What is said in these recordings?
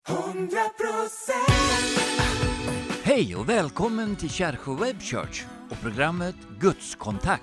Hej och välkommen till Kärsjö Web Church och programmet Guds kontakt.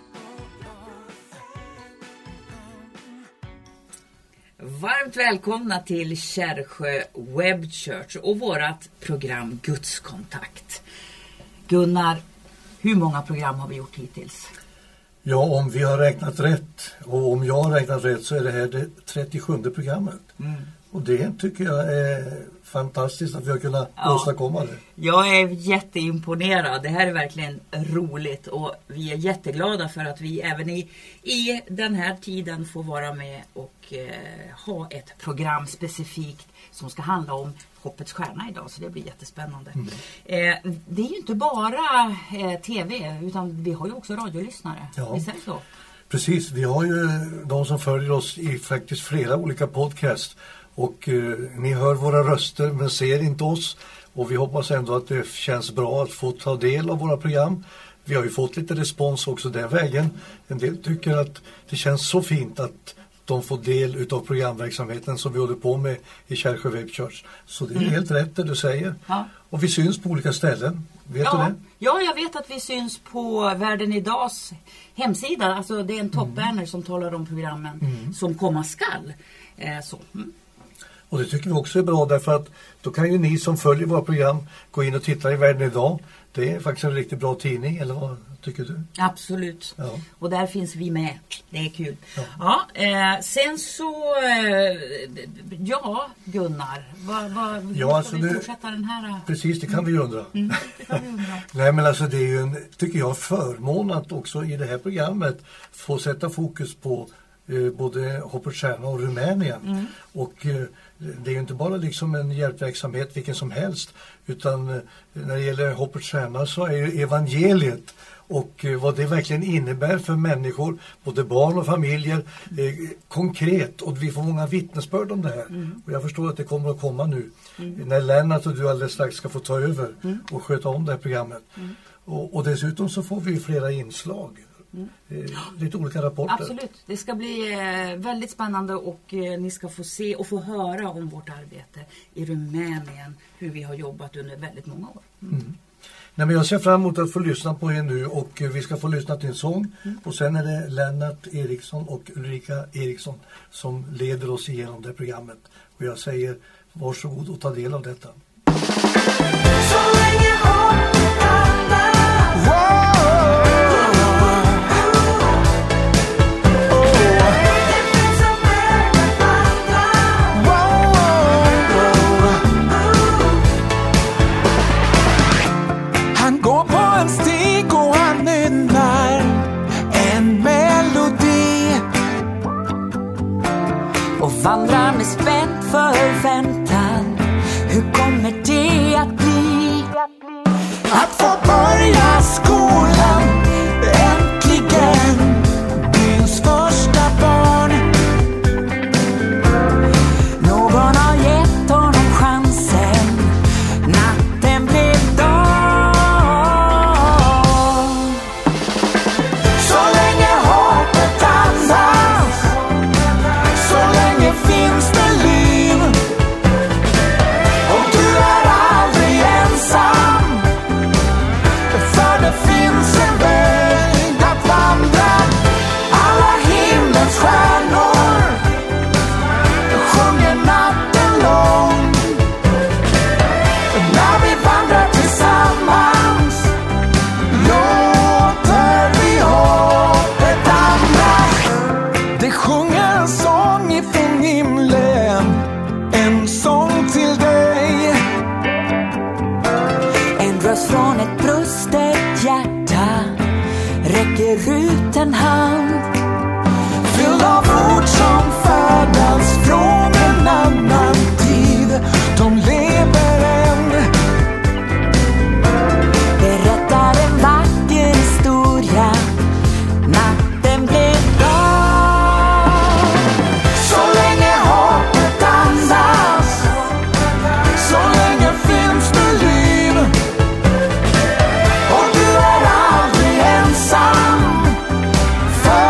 Varmt välkomna till Kärsjö Web Church och vårat program Guds kontakt. Gunnar, hur många program har vi gjort hittills? Ja, om vi har räknat rätt och om jag har räknat rätt så är det här det 37:e programmet. Och det tycker jag är fantastiskt att vi har kunnat åstadkomma det. Jag är jätteimponerad. Det här är verkligen roligt och vi är jätteglada för att vi även i den här tiden får vara med och ha ett program specifikt som ska handla om Hoppets stjärna idag, så det blir jättespännande. Det är ju inte bara tv utan vi har ju också radiolyssnare. Ja. Visst är det så? Precis, vi har ju de som följer oss i faktiskt flera olika podcast och ni hör våra röster men ser inte oss, och vi hoppas ändå att det känns bra att få ta del av våra program. Vi har ju fått lite respons också den vägen. En del tycker att det känns så fint att de får del utav programverksamheten som vi håller på med i Kärsjö Web Church. Så det är helt rätt det du säger. Ja. Och vi syns på olika ställen. Vet du det? Ja, jag vet att vi syns på Världen Idags hemsida. Alltså det är en toppbanner som talar om programmen som komma skall. Och det tycker vi också är bra, därför att då kan ju ni som följer våra program gå in och titta i Världen Idag. Det är faktiskt en riktigt bra tidning, eller vad tycker du? Absolut. Ja. Och där finns vi med. Det är kul. Sen så... Gunnar. Hur ska vi fortsätta den här... Precis, det kan vi undra. Det kan vi undra. Nej, men alltså det är ju tycker jag, förmån att också i det här programmet få sätta fokus på både Hoppets stjärna och Rumänien. Och det är ju inte bara liksom en hjälpverksamhet vilken som helst, utan när det gäller Hoppets stjärna så är ju evangeliet och vad det verkligen innebär för människor, både barn och familjer, konkret, och vi får många vittnesbörd om det här. Och jag förstår att det kommer att komma nu när Lennart och du alldeles strax ska få ta över och sköta om det här programmet. Och dessutom så får vi flera inslag. Lite olika rapporter. Absolut, det ska bli väldigt spännande och ni ska få se och få höra om vårt arbete i Rumänien, hur vi har jobbat under väldigt många år. Nej, men jag ser fram emot att få lyssna på er nu, och vi ska få lyssna till en sång och sen är det Lennart Eriksson och Ulrika Eriksson som leder oss igenom det programmet, och jag säger varsågod och ta del av detta. Så länge hoppet andas. Vandrar med spänd förväntan. Hur kommer det att bli? Att få börja skolan äntligen. Byns första barn. Någon har gett honom chansen. Natten blev dag. Så länge hoppet andas, så länge finns det liv. Och du är aldrig ensam, för det finns en väg att vandra. Alla himlens stjärnor sjunger natten lång. När vi vandrar tillsammans låter vi hoppet andas. Det sjunger en sång ifrån himlen, en sång till dig. En röst från ett brustet hjärta räcker ut en hand. Fylld av ord som färdas från en annan tid. De lever än. Berättar en vacker historia. Natten blev dag. Så länge hoppet andas, så länge finns det liv. Och du är aldrig ensam, för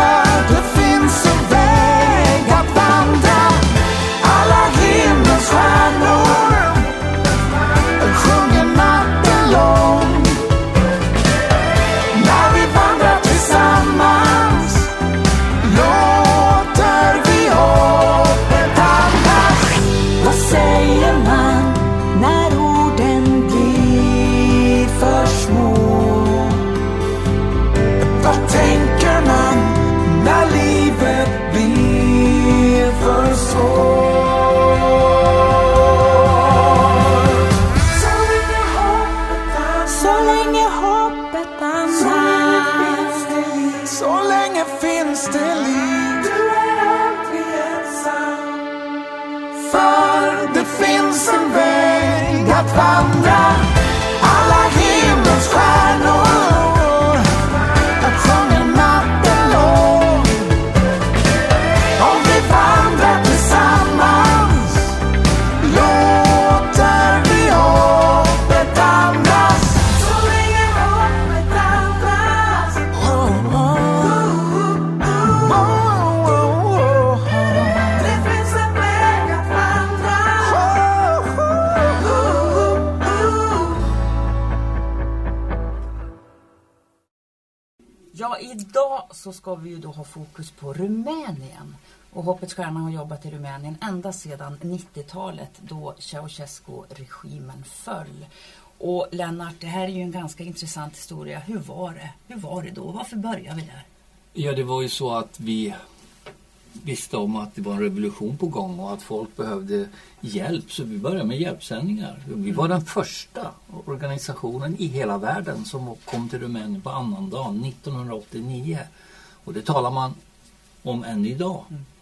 Ja, idag så ska vi ju då ha fokus på Rumänien. Och Hoppets Stjärna har jobbat i Rumänien ända sedan 90-talet då Ceausescu-regimen föll. Och Lennart, det här är ju en ganska intressant historia. Hur var det då? Varför började vi där? Ja, det var ju så att vi visste om att det var en revolution på gång och att folk behövde hjälp. Så vi började med hjälpsändningar. Vi var den första organisationen i hela världen som kom till Rumänien på annandagen 1989. Och det talar man om än idag.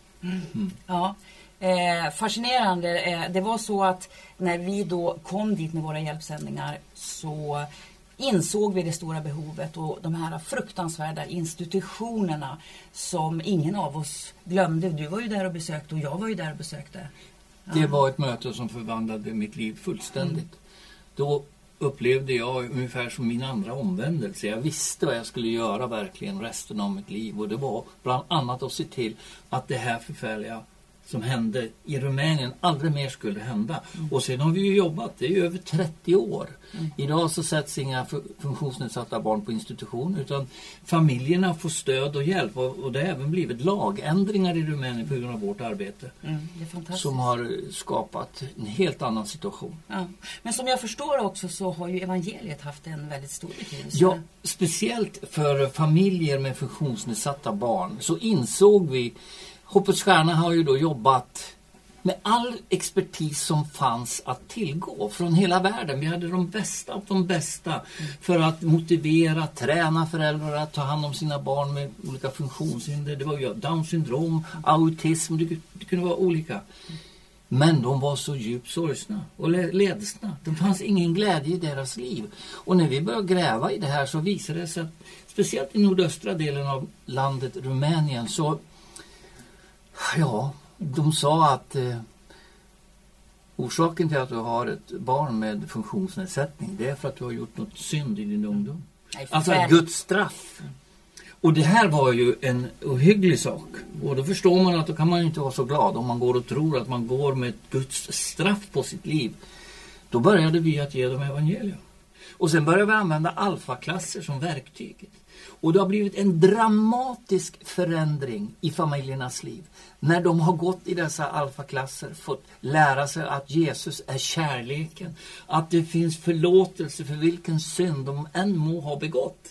Ja, fascinerande. Det var så att när vi då kom dit med våra hjälpsändningar så insåg vi det stora behovet och de här fruktansvärda institutionerna som ingen av oss glömde. Du var ju där och besökte och jag var ju där och besökte. Ja. Det var ett möte som förvandlade mitt liv fullständigt. Då upplevde jag ungefär som min andra omvändelse. Jag visste vad jag skulle göra verkligen resten av mitt liv. Och det var bland annat att se till att det här förfärliga som hände i Rumänien aldrig mer skulle hända. Och sen har vi ju jobbat, det är ju över 30 år. Idag så sätts inga funktionsnedsatta barn på institution utan familjerna får stöd och hjälp. Och det har även blivit lagändringar i Rumänien på grund av vårt arbete. Det är fantastiskt. Som har skapat en helt annan situation. Ja. Men som jag förstår också så har ju evangeliet haft en väldigt stor betydelse. Ja, speciellt för familjer med funktionsnedsatta barn så insåg vi Hoppets Stjärna har ju då jobbat med all expertis som fanns att tillgå från hela världen. Vi hade de bästa av de bästa för att motivera, träna föräldrar att ta hand om sina barn med olika funktionshinder. Det var ju Down syndrom, autism, det kunde vara olika. Men de var så djupt sorgsna och ledsna. Det fanns ingen glädje i deras liv. Och när vi började gräva i det här så visade det sig att speciellt i nordöstra delen av landet Rumänien så ja, de sa att orsaken till att du har ett barn med funktionsnedsättning det är för att du har gjort något synd i din ungdom. Alltså Guds straff. Och det här var ju en ohygglig sak. Och då förstår man att då kan man inte vara så glad om man går och tror att man går med Guds straff på sitt liv. Då började vi att ge dem evangelium. Och sen började vi använda alfaklasser som verktyg. Och det har blivit en dramatisk förändring i familjernas liv. När de har gått i dessa alfaklasser fått lära sig att Jesus är kärleken. Att det finns förlåtelse för vilken synd de än må ha begått.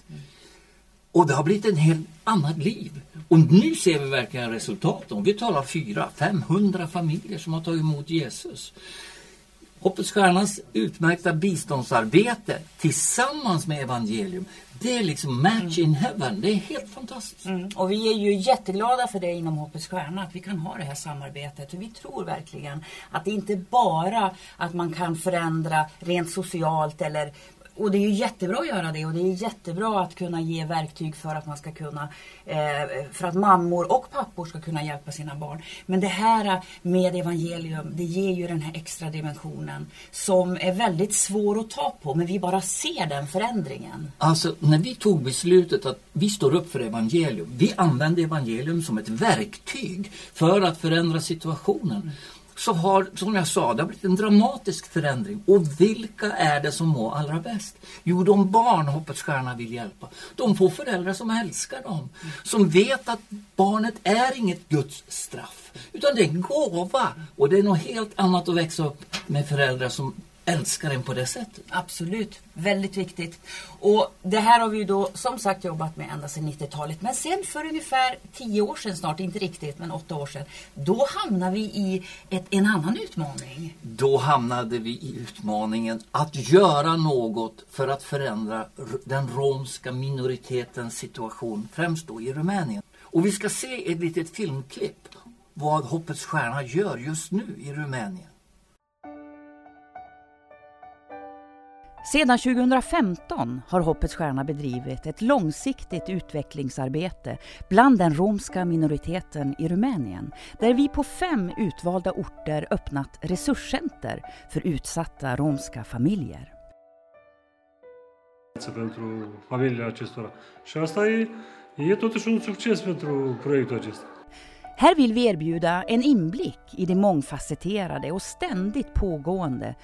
Och det har blivit en helt annat liv. Och nu ser vi verkligen resultaten. Vi talar 400-500 familjer som har tagit emot Jesus. Hoppets Stjärnas utmärkta biståndsarbete tillsammans med evangelium, det är liksom match in heaven. Det är helt fantastiskt. Och vi är ju jätteglada för det inom Hoppets Stjärna att vi kan ha det här samarbetet. Och vi tror verkligen att det inte bara att man kan förändra rent socialt eller... Och det är ju jättebra att göra det och det är jättebra att kunna ge verktyg för att man ska kunna, för att mammor och pappor ska kunna hjälpa sina barn. Men det här med evangelium, det ger ju den här extra dimensionen som är väldigt svår att ta på, men vi bara ser den förändringen. Alltså när vi tog beslutet att vi står upp för evangelium, vi använder evangelium som ett verktyg för att förändra situationen. Så har, som jag sa, det har blivit en dramatisk förändring. Och vilka är det som mår allra bäst? Jo, de barn Hoppets Stjärna vill hjälpa. De får föräldrar som älskar dem. Som vet att barnet är inget Guds straff. Utan det är en gåva. Och det är något helt annat att växa upp med föräldrar som älskar en på det sättet. Absolut, väldigt viktigt. Och det här har vi ju då som sagt jobbat med ända sedan 90-talet. Men sen för ungefär 10 år sedan snart, inte riktigt men 8 år sedan, då hamnade vi i en annan utmaning. Då hamnade vi i utmaningen att göra något för att förändra den romska minoritetens situation, främst då i Rumänien. Och vi ska se ett litet filmklipp vad Hoppets Stjärna gör just nu i Rumänien. Sedan 2015 har Hoppets Stjärna bedrivit ett långsiktigt utvecklingsarbete bland den romska minoriteten i Rumänien, där vi på 5 utvalda orter öppnat resurscenter för utsatta romska familjer. Pentru familiile acestora. Și asta e totuși un succes pentru proiectul acesta. Här vill vi erbjuda en inblick i det mångfacetterade och ständigt pågående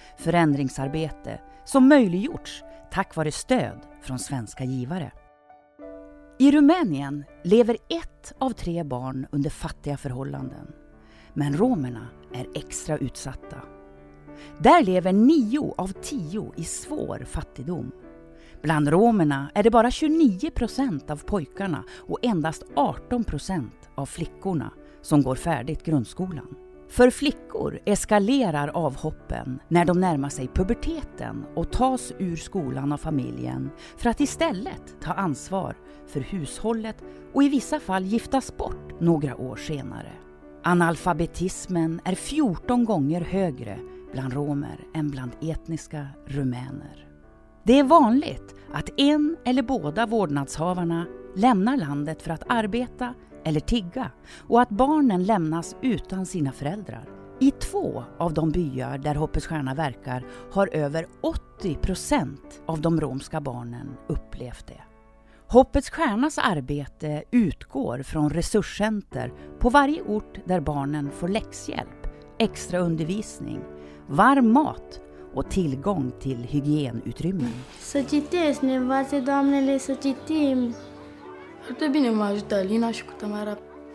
förändringsarbete som möjliggjorts tack vare stöd från svenska givare. I Rumänien lever 1 av 3 barn under fattiga förhållanden. Men romerna är extra utsatta. Där lever 9 av 10 i svår fattigdom. Bland romerna är det bara 29% av pojkarna och endast 18% av flickorna som går färdigt grundskolan. För flickor eskalerar avhoppen när de närmar sig puberteten och tas ur skolan av familjen för att istället ta ansvar för hushållet och i vissa fall giftas bort några år senare. Analfabetismen är 14 gånger högre bland romer än bland etniska rumäner. Det är vanligt att en eller båda vårdnadshavarna lämnar landet för att arbeta eller tigga och att barnen lämnas utan sina föräldrar. I 2 av de byar där Hoppets Stjärna verkar har över 80% av de romska barnen upplevt det. Hoppets Stjärnas arbete utgår från resurscenter på varje ort där barnen får läxhjälp, extra undervisning, varm mat och tillgång till hygienutrymmen. Să citesc, ne învațe doamnele să citim. Foarte bine mă ajută Alina și cu Tamara.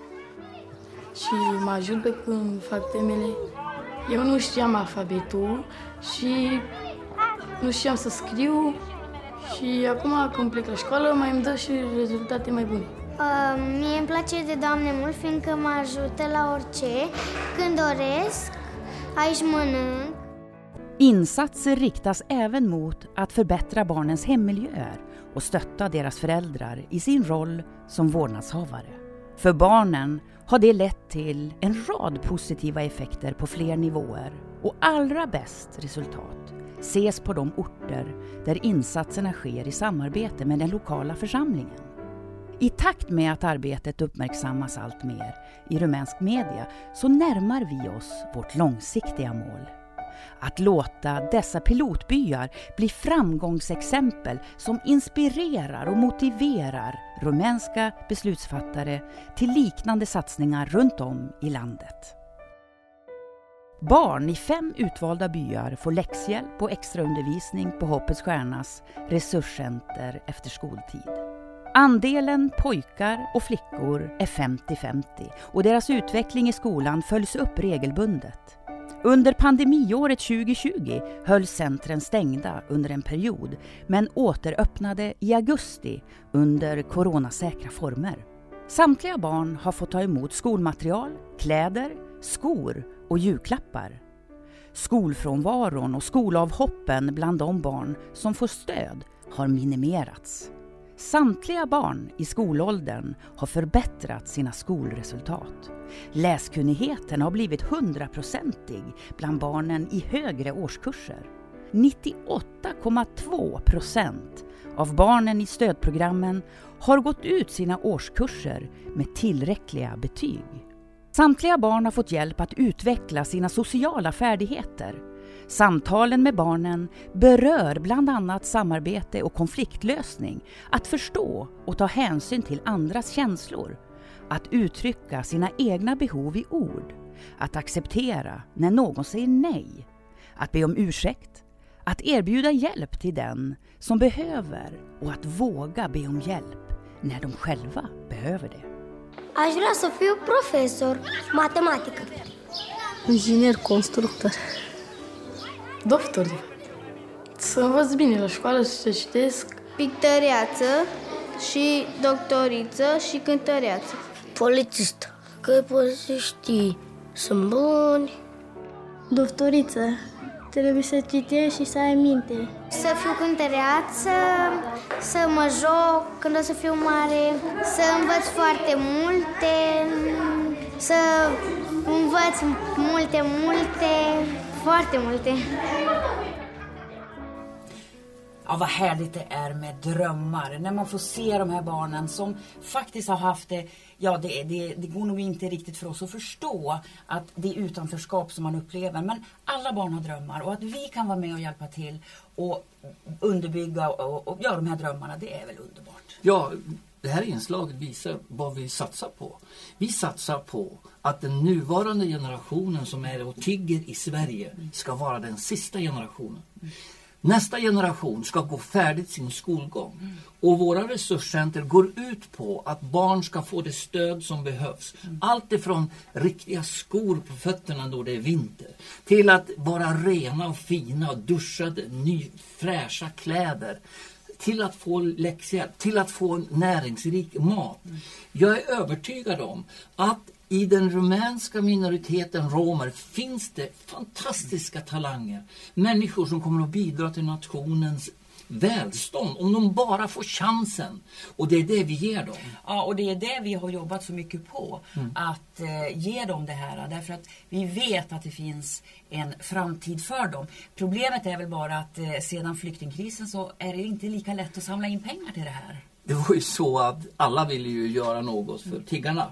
Și mă ajută când fac temele. Eu nu știam alfabetul și nu știam să scriu. Și acum când plec la școală mai îmi dă și rezultate mai bune. Mie îmi place de doamne mult, fiindcă mă ajută la orice. Când doresc, aici mănânc. Insatser riktas även mot att förbättra barnens hemmiljöer och stötta deras föräldrar i sin roll som vårdnadshavare. För barnen har det lett till en rad positiva effekter på fler nivåer och allra bäst resultat ses på de orter där insatserna sker i samarbete med den lokala församlingen. I takt med att arbetet uppmärksammas allt mer i rumänsk media så närmar vi oss vårt långsiktiga mål. Att låta dessa pilotbyar bli framgångsexempel som inspirerar och motiverar rumänska beslutsfattare till liknande satsningar runt om i landet. Barn i 5 utvalda byar får läxhjälp och extraundervisning på Hoppets Stjärnas resurscenter efter skoltid. Andelen pojkar och flickor är 50-50 och deras utveckling i skolan följs upp regelbundet. Under pandemiåret 2020 hölls centren stängda under en period men återöppnade i augusti under coronasäkra former. Samtliga barn har fått ta emot skolmaterial, kläder, skor och julklappar. Skolfrånvaron och skolavhoppen bland de barn som får stöd har minimerats. Samtliga barn i skolåldern har förbättrat sina skolresultat. Läskunnigheten har blivit 100% bland barnen i högre årskurser. 98,2% av barnen i stödprogrammen har gått ut sina årskurser med tillräckliga betyg. Samtliga barn har fått hjälp att utveckla sina sociala färdigheter. Samtalen med barnen berör bland annat samarbete och konfliktlösning, att förstå och ta hänsyn till andras känslor, att uttrycka sina egna behov i ord, att acceptera när någon säger nej, att be om ursäkt, att erbjuda hjälp till den som behöver och att våga be om hjälp när de själva behöver det. Aș vrea să fiu profesor, matematică. Inginer constructor. Doctor. Să învăț bine la școală și să citesc. Pictăreață și doctoriță și cântăreață. Polițist. Că polițiștii sunt buni. Doctoriță. Trebuie să citești și să ai minte. Să fiu cântăreață, să mă joc când o să fiu mare, să învăț foarte multe, să învăț multe, foarte multe. Ja, vad härligt det är med drömmar. När man får se de här barnen som faktiskt har haft det. Ja, det går nog inte riktigt för oss att förstå att det är utanförskap som man upplever. Men alla barn har drömmar och att vi kan vara med och hjälpa till och underbygga och göra de här drömmarna, det är väl underbart. Ja, det här inslaget visar vad vi satsar på. Vi satsar på att den nuvarande generationen som är och tigger i Sverige ska vara den sista generationen. Nästa generation ska gå färdigt sin skolgång. Och våra resurscenter går ut på att barn ska få det stöd som behövs. Allt ifrån riktiga skor på fötterna då det är vinter. Till att vara rena och fina och duschade, fräscha kläder. Till att få läxhjälp, till att få näringsrik mat. Jag är övertygad om att i den rumänska minoriteten romer finns det fantastiska talanger. Människor som kommer att bidra till nationens välstånd om de bara får chansen. Och det är det vi ger dem. Ja, och det är det vi har jobbat så mycket på. Att ge dem det här. Därför att vi vet att det finns en framtid för dem. Problemet är väl bara att sedan flyktingkrisen så är det inte lika lätt att samla in pengar till det här. Det var ju så att alla ville ju göra något för tiggarna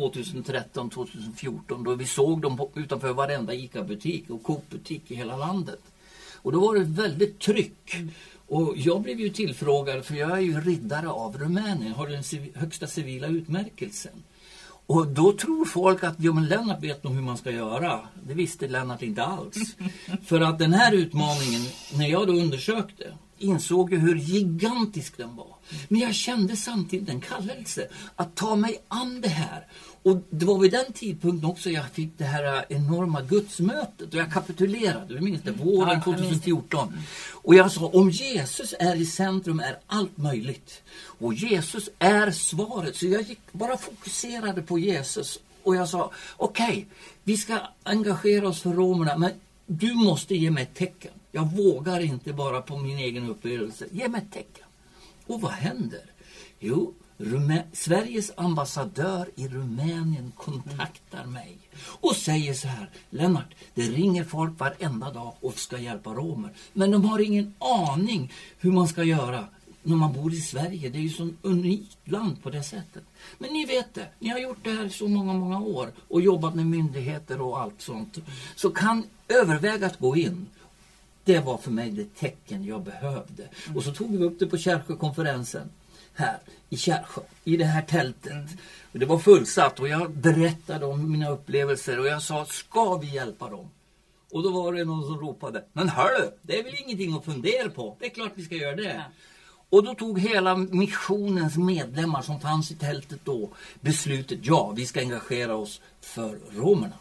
2013-2014 då vi såg dem utanför varenda ICA-butik och Coop-butik i hela landet. Och då var det väldigt tryck. Och jag blev ju tillfrågad, för jag är ju riddare av Rumänien, har den högsta civila utmärkelsen. Och då tror folk att men Lennart vet nog hur man ska göra. Det visste Lennart inte alls. För att den här utmaningen, när jag då undersökte, insåg jag hur gigantisk den var. Men jag kände samtidigt en kallelse att ta mig an det här. Och det var vid den tidpunkten också jag fick det här enorma gudsmötet. Och jag kapitulerade, du minns det, våren 2014. Och jag sa, om Jesus är i centrum är allt möjligt. Och Jesus är svaret. Så jag bara fokuserade på Jesus. Och jag sa, okej, vi ska engagera oss för romerna. Men du måste ge mig ett tecken. Jag vågar inte bara på min egen upplevelse. Ge mig ett tecken. Och vad händer? Jo, Sveriges ambassadör i Rumänien kontaktar mig och säger så här: Lennart, det ringer folk varenda dag och ska hjälpa romer. Men de har ingen aning hur man ska göra när man bor i Sverige. Det är ju så unikt land på det sättet. Men ni vet det, ni har gjort det här så många år och jobbat med myndigheter och allt sånt. Så kan överväga att gå in. Det var för mig det tecken jag behövde. Och så tog vi upp det på Kärrsjökonferensen här i Kärrsjö, i det här tältet. Och det var fullsatt och jag berättade om mina upplevelser och jag sa, ska vi hjälpa dem? Och då var det någon som ropade, men hörru, det är väl ingenting att fundera på. Det är klart vi ska göra det. Och då tog hela missionens medlemmar som fanns i tältet då beslutet, ja, vi ska engagera oss för romerna.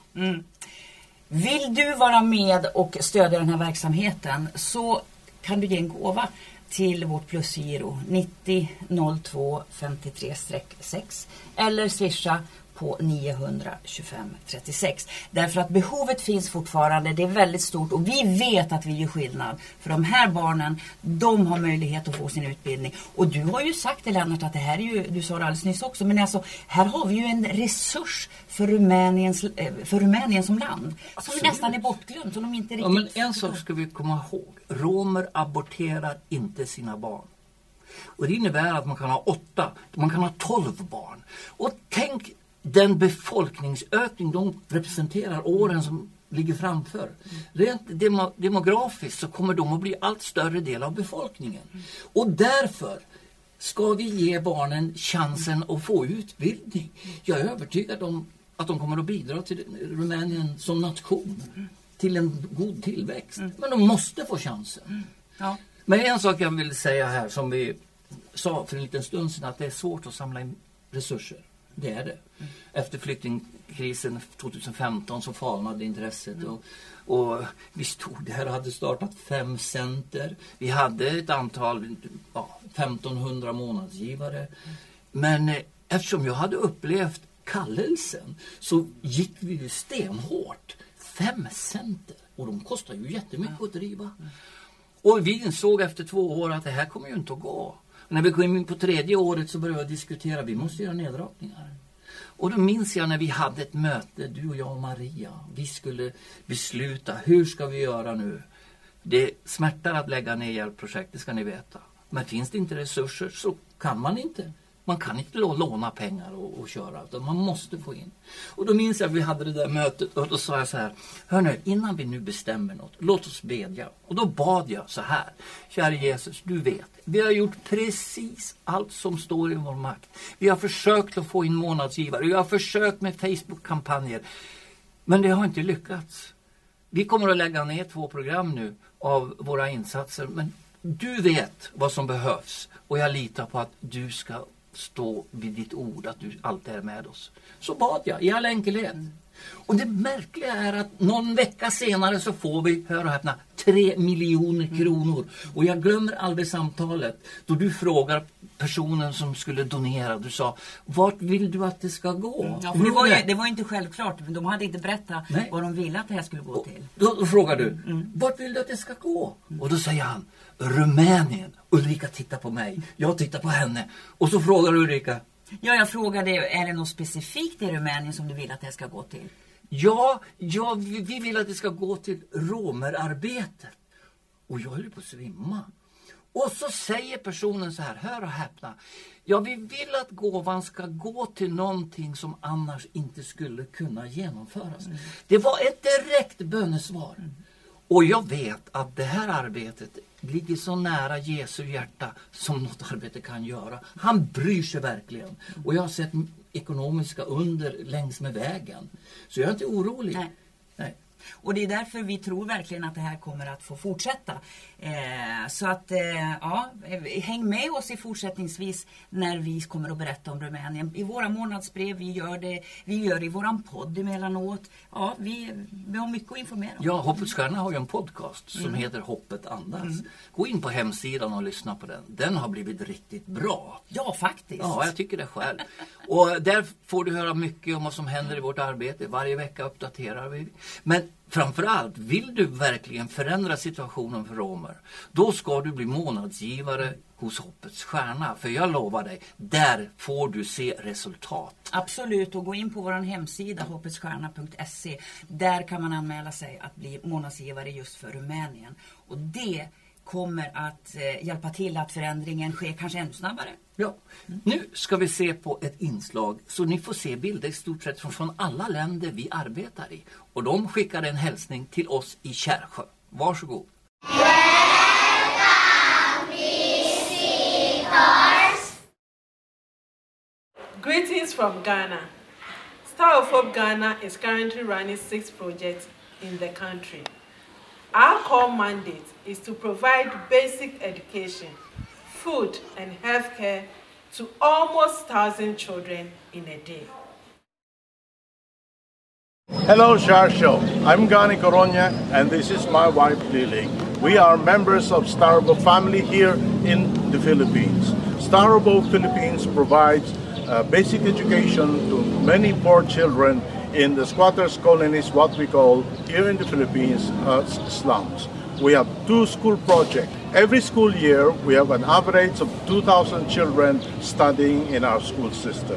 Vill du vara med och stödja den här verksamheten så kan du ge en gåva till vårt plusgiro 90 02 53-6 eller swisha på 925 36. Därför att behovet finns fortfarande, det är väldigt stort och vi vet att vi gör skillnad. För de här barnen, de har möjlighet att få sin utbildning. Och du har ju sagt det, Lennart, att det här är ju, du sa det alldeles nyss också, men alltså här har vi ju en resurs för Rumänien som land. Absolut. Som nästan är bortglömd, som de inte riktigt... Ja, men en sak ska vi komma ihåg. Romer aborterar inte sina barn. Och det innebär att man kan ha 8, man kan ha 12 barn. Och tänk den befolkningsökning de representerar åren som ligger framför. Rent demografiskt så kommer de att bli allt större del av befolkningen. Och därför ska vi ge barnen chansen att få utbildning. Jag är övertygad om att de kommer att bidra till Rumänien som nation. Till en god tillväxt. Men de måste få chansen. Ja. Men en sak jag vill säga här som vi sa för en liten stund sedan, att det är svårt att samla in resurser. Det är det. Efter flyktingkrisen 2015 så falnade intresset och vi stod där och hade startat 5 center. Vi hade ett antal 1500 månadsgivare. Men eftersom jag hade upplevt kallelsen så gick vi ju stenhårt. 5 center. Och de kostar ju jättemycket att driva. Och vi insåg efter 2 år att det här kommer ju inte att gå. När vi kom in på 3:e året så började vi diskutera, vi måste göra neddragningar. Och då minns jag när vi hade ett möte, du och jag och Maria. Vi skulle besluta, hur ska vi göra nu? Det smärtar att lägga ner hjälpprojekt, det ska ni veta. Men finns det inte resurser så kan man inte. Man kan inte låna pengar och köra, utan man måste få in. Och då minns jag att vi hade det där mötet och då sa jag så här, hör nu, innan vi nu bestämmer något, låt oss bedja. Och då bad jag så här, kära Jesus, du vet, vi har gjort precis allt som står i vår makt. Vi har försökt att få in månadsgivare, vi har försökt med Facebook-kampanjer, men det har inte lyckats. Vi kommer att lägga ner 2 program nu av våra insatser. Men du vet vad som behövs. Och jag litar på att du ska stå vid ditt ord. Att du alltid är med oss. Så bad jag i all enkelhet. Och det märkliga är att någon vecka senare så får vi, hör och häpna, 3 miljoner kronor. Och jag glömmer aldrig samtalet då du frågar personen som skulle donera. Du sa, vart vill du att det ska gå? Ja, för det var inte självklart. De hade inte berättat vad de ville att det här skulle gå till. Då frågar du, vart vill du att det ska gå? Och då säger han, Rumänien. Ulrika tittar på mig, jag tittar på henne. Och så frågar Ulrika, ja, jag frågade, är det något specifikt i Rumänien som du vill att det ska gå till? Ja, vi vill att det ska gå till romerarbetet. Och jag höll på att svimma. Och så säger personen så här, hör och häpna. Ja, vi vill att gåvan ska gå till någonting som annars inte skulle kunna genomföras. Det var ett direkt bönesvar. Och jag vet att det här arbetet ligger så nära Jesu hjärta som något arbete kan göra. Han bryr sig verkligen. Och jag har sett ekonomiska under längs med vägen. Så jag är inte orolig. Nej. Och det är därför vi tror verkligen att det här kommer att få fortsätta. Så att, häng med oss i fortsättningsvis när vi kommer att berätta om Rumänien. I våra månadsbrev, vi gör det i våran podd emellanåt. Ja, vi har mycket att informera om. Ja, Hoppets Stjärna har ju en podcast som heter Hoppet andas. Gå in på hemsidan och lyssna på den. Den har blivit riktigt bra. Ja, faktiskt. Ja, jag tycker det själv. Och där får du höra mycket om vad som händer i vårt arbete. Varje vecka uppdaterar vi. Men framförallt, vill du verkligen förändra situationen för romer, då ska du bli månadsgivare hos Hoppets Stjärna. För jag lovar dig, där får du se resultat. Absolut, och gå in på vår hemsida hoppetsstjärna.se. Där kan man anmäla sig att bli månadsgivare just för Rumänien. Och det kommer att hjälpa till att förändringen sker kanske ännu snabbare. Ja, nu ska vi se på ett inslag så ni får se bilder i stort sett från alla länder vi arbetar i. Och de skickar en hälsning till oss i Kärrsjö. Varsågod. Greetings from Ghana. Star of Hope Ghana is currently running 6 projects in the country. Our core mandate is to provide basic education, food and healthcare to almost 1,000 children in a day. Hello, Sharsho. I'm Gani Coronia, and this is my wife, Lily. We are members of Star of Hope family here in the Philippines. Star of Hope Philippines provides basic education to many poor children in the squatters' colonies, what we call here in the Philippines, slums. We have 2 school projects. Every school year, we have an average of 2,000 children studying in our school system.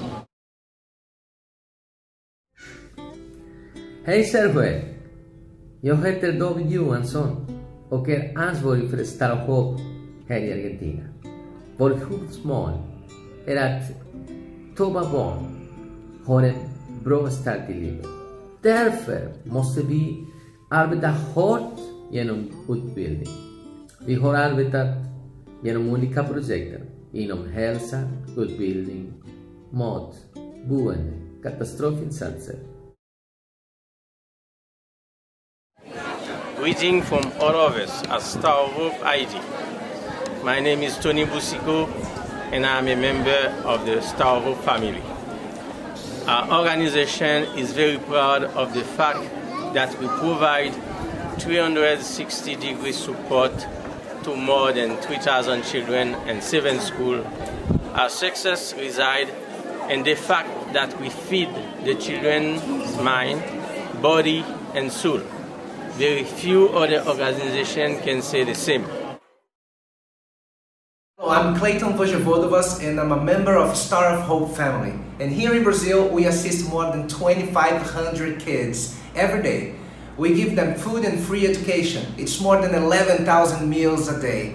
Hej Sergio! Jag heter David Johansson och är ansvarig för Star of Hope här i Argentina. Vår huvudmål är att tobba barn har en bra start i livet. Därför måste vi arbeta hårt genom utbildning. Vi har arbetat genom olika projekt inom hälsa, utbildning, mat, boende, katastrofinsatser. Greeting from all of us at Star of Hope ID. My name is Tony Busiko and I'm a member of the Star of Hope family. Our organization is very proud of the fact that we provide 360-degree support to more than 3,000 children and 7 schools. Our success resides in the fact that we feed the children's mind, body and soul. Very few other organizations can say the same. Hello, I'm Clayton Vojevodovas and I'm a member of Star of Hope family. And here in Brazil, we assist more than 2,500 kids every day. We give them food and free education. It's more than 11,000 meals a day.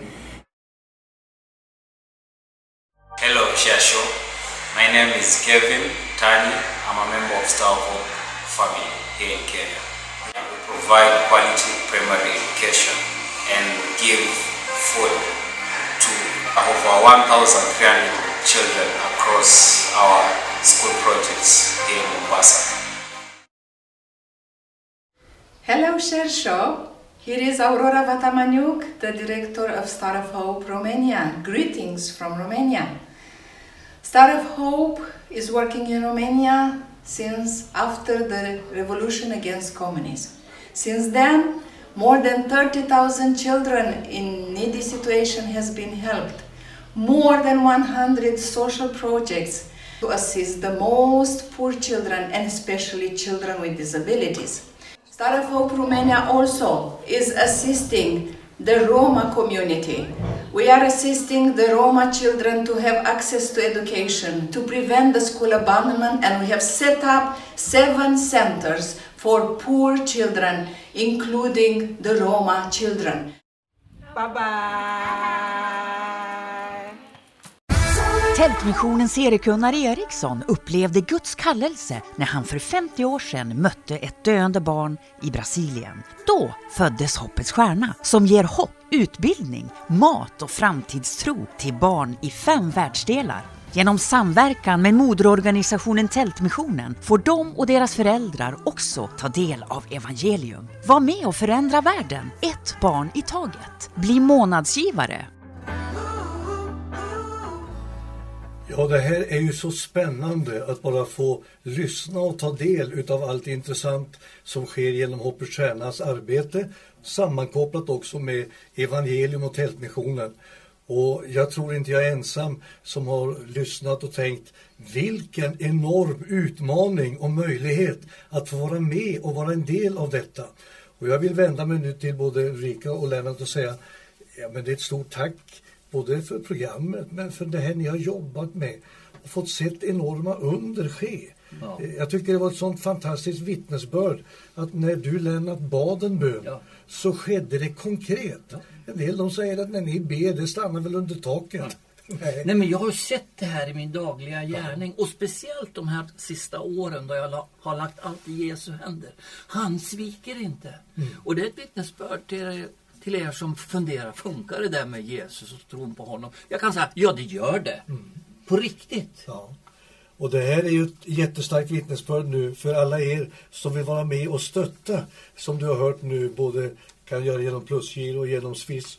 Hello, Shasho. My name is Kevin Tani. I'm a member of Star of Hope family here in Kenya. We provide quality primary education and give food to over 1,300 children across our school projects here in Mombasa. Hello, Sergio. Here is Aurora Vatamaniuk, the director of Star of Hope Romania. Greetings from Romania. Star of Hope is working in Romania since after the revolution against communism. Since then, more than 30,000 children in needy situation has been helped. More than 100 social projects to assist the most poor children and especially children with disabilities. Star of Hope Romania also is assisting the Roma community. We are assisting the Roma children to have access to education, to prevent the school abandonment, and we have set up 7 centers for poor children, including the Roma children. Bye-bye. Tältmissionens Erik-Gunnar Eriksson upplevde Guds kallelse när han för 50 år sedan mötte ett döende barn i Brasilien. Då föddes Hoppets stjärna som ger hopp, utbildning, mat och framtidstro till barn i 5 världsdelar. Genom samverkan med moderorganisationen Tältmissionen får de och deras föräldrar också ta del av evangelium. Var med och förändra världen, ett barn i taget. Bli månadsgivare. Ja, det här är ju så spännande att bara få lyssna och ta del utav allt intressant som sker genom Hoppets stjärnas arbete, sammankopplat också med evangelium och Tältmissionen. Och jag tror inte jag är ensam som har lyssnat och tänkt vilken enorm utmaning och möjlighet att få vara med och vara en del av detta. Och jag vill vända mig nu till både Ulrika och Lennart och säga, ja, men det är ett stort tack både för programmet men för det här ni har jobbat med och fått sett enorma under ske. Ja. Jag tycker det var ett sånt fantastiskt vittnesbörd att när du Lennart bad en bön så skedde det konkret. Ja. En del de säger att när ni ber det stannar väl under taket. Ja. Nej, men jag har sett det här i min dagliga gärning och speciellt de här sista åren då jag har lagt allt i Jesu händer. Han sviker inte. Och det är ett vittnesbörd till er som funderar, funkar det där med Jesus och tron på honom? Jag kan säga, ja det gör det. På riktigt. Ja. Och det här är ju ett jättestarkt vittnesbörd nu för alla er som vill vara med och stötta, som du har hört nu, både kan göra genom Plusgiro och genom Swiss,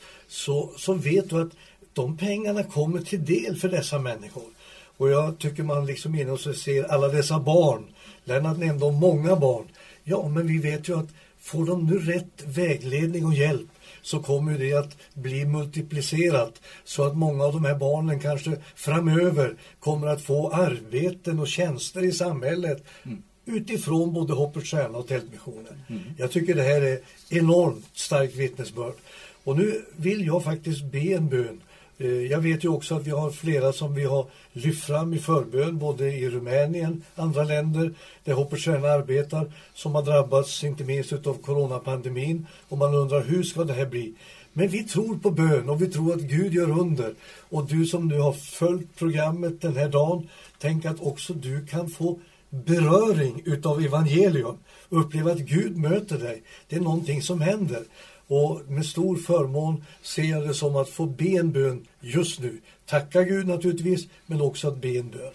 så vet du att de pengarna kommer till del för dessa människor. Och jag tycker man liksom inne och så ser alla dessa barn. Lennart nämnde om många barn. Ja, men vi vet ju att får de nu rätt vägledning och hjälp så kommer det att bli multiplicerat så att många av de här barnen kanske framöver kommer att få arbeten och tjänster i samhället utifrån både Hoppets stjärna och Tältmissionen. Jag tycker det här är enormt starkt vittnesbörd. Och nu vill jag faktiskt be en bön. Jag vet ju också att vi har flera som vi har lyft fram i förbön både i Rumänien, andra länder där Hoppets stjärna arbetar, som har drabbats inte minst av coronapandemin, och man undrar hur ska det här bli. Men vi tror på bön och vi tror att Gud gör under. Och du som nu har följt programmet den här dagen, tänk att också du kan få beröring utav evangelium och uppleva att Gud möter dig. Det är någonting som händer. Och med stor förmån ser jag det som att få be en bön just nu. Tacka Gud naturligtvis, men också att be en bön.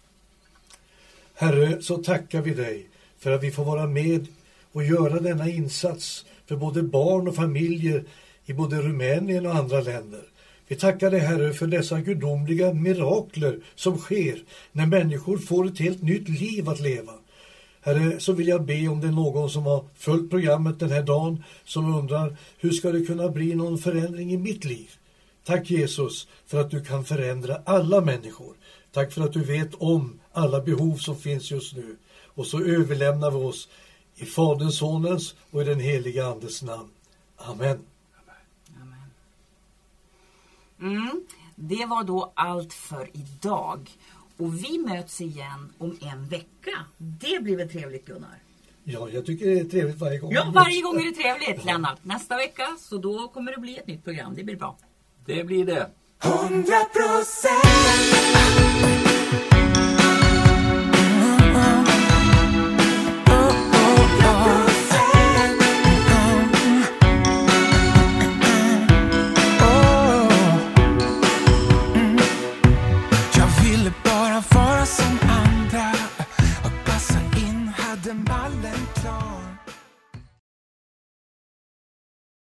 Herre, så tackar vi dig för att vi får vara med och göra denna insats för både barn och familjer i både Rumänien och andra länder. Vi tackar dig, Herre, för dessa gudomliga mirakler som sker när människor får ett helt nytt liv att leva. Herre, så vill jag be om det är någon som har följt programmet den här dagen som undrar hur ska det kunna bli någon förändring i mitt liv. Tack Jesus för att du kan förändra alla människor. Tack för att du vet om alla behov som finns just nu. Och så överlämnar vi oss i Faderns, Sonens och i den heliga Andes namn. Amen. Det var då allt för idag. Och vi möts igen om en vecka. Det blir väl trevligt, Gunnar? Ja, jag tycker det är trevligt varje gång. Ja, varje gång är det trevligt, Lennart. Nästa vecka, så då kommer det bli ett nytt program. Det blir bra. Det blir det. 100%.